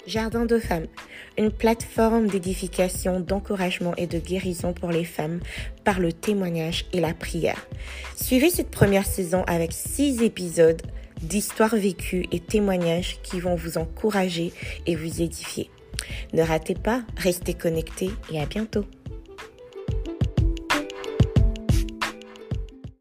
Jardin de femmes, une plateforme d'édification, d'encouragement et de guérison pour les femmes par le témoignage et la prière. Suivez cette première saison avec 6 épisodes d'histoires vécues et témoignages qui vont vous encourager et vous édifier. Ne ratez pas, restez connectés et à bientôt.